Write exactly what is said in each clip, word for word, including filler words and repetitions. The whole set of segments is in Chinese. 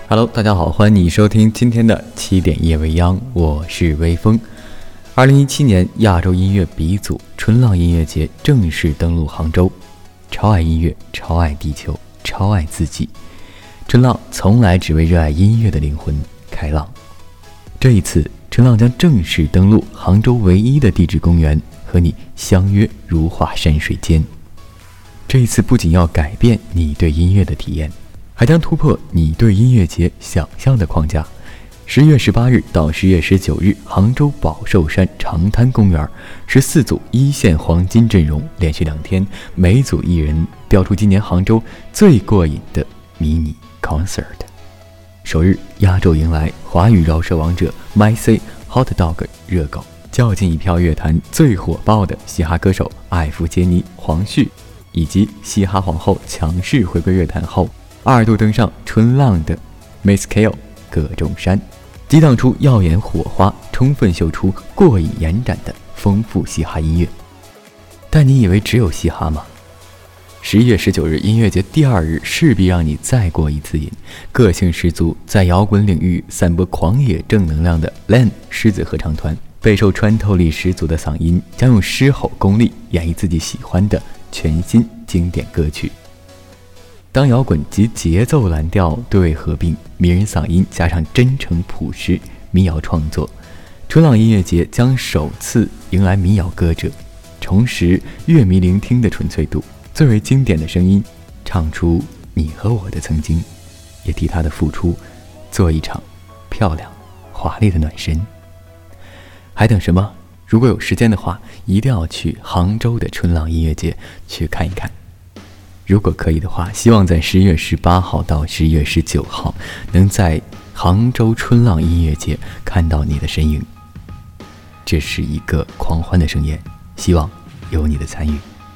Hello， 大家好，欢迎你收听今天的七点夜未央，我是微风。二零一七年亚洲音乐鼻祖春浪音乐节正式登陆杭州，超爱音乐，超爱地球，超爱自己。春浪从来只为热爱音乐的灵魂开浪。这一次，春浪将正式登陆杭州唯一的地质公园，和你相约如画山水间。这一次不仅要改变你对音乐的体验，还将突破你对音乐节想象的框架。十月十八日到十月十九日，杭州宝寿山长滩公园，十四组一线黄金阵容，连续两天，每组一人标出今年杭州最过瘾的迷你 concert。首日压轴迎来华语饶舌王者 MyC、Hot Dog、热狗，较劲一票乐坛最火爆的嘻哈歌手艾弗杰尼、黄旭，以及嘻哈皇后强势回归乐坛后二度登上春浪的 Miss K O 葛仲山，激荡出耀眼火花，充分秀出过瘾延展的丰富嘻哈音乐。但你以为只有嘻哈吗？十一月十九日音乐节第二日势必让你再过一次瘾。个性十足，在摇滚领域散播狂野正能量的 L A N 狮子合唱团，备受穿透力十足的嗓音，将用狮吼功力演绎自己喜欢的全新经典歌曲。当摇滚及节奏蓝调对位合并，迷人嗓音加上真诚朴实民谣创作，春浪音乐节将首次迎来民谣歌者，重拾乐迷聆听的纯粹度，最为经典的声音，唱出你和我的曾经，也替他的付出做一场漂亮华丽的暖身。还等什么？如果有时间的话，一定要去杭州的春浪音乐节去看一看。如果可以的话，希望在十月十八号到十月十九号能在杭州春浪音乐节看到你的身影。这是一个狂欢的盛宴，希望有你的参与。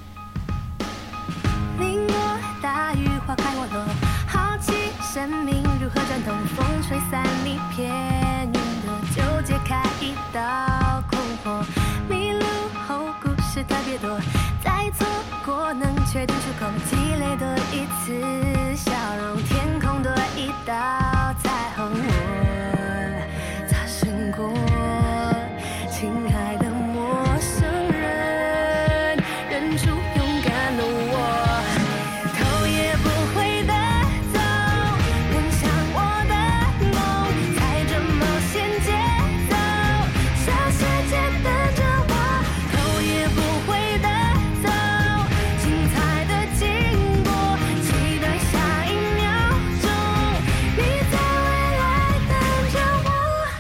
淋过大雨，花开花落，好奇生命如何转动，风吹散你片云朵，就揭开一道困惑。迷路后故事特别多，再错过能确定出口，积累多一次笑容，天空多一道彩虹，我擦身过。亲爱的陌生人，认出勇敢的我，头也不回的走，奔向我的梦，踩着冒险节奏，小世界等着我，头也不回的走，精彩的经过，期待下一秒钟，你在未来等着我。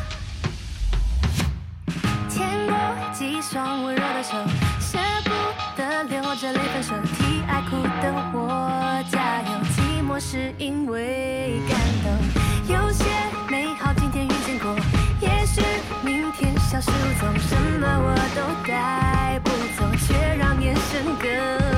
牵过几双温柔的手，舍不得流着泪分手，替爱哭的我加油，寂寞是因为感动，有些美好今天遇见过，也许明天消失无踪，什么我都带不走，却让眼神更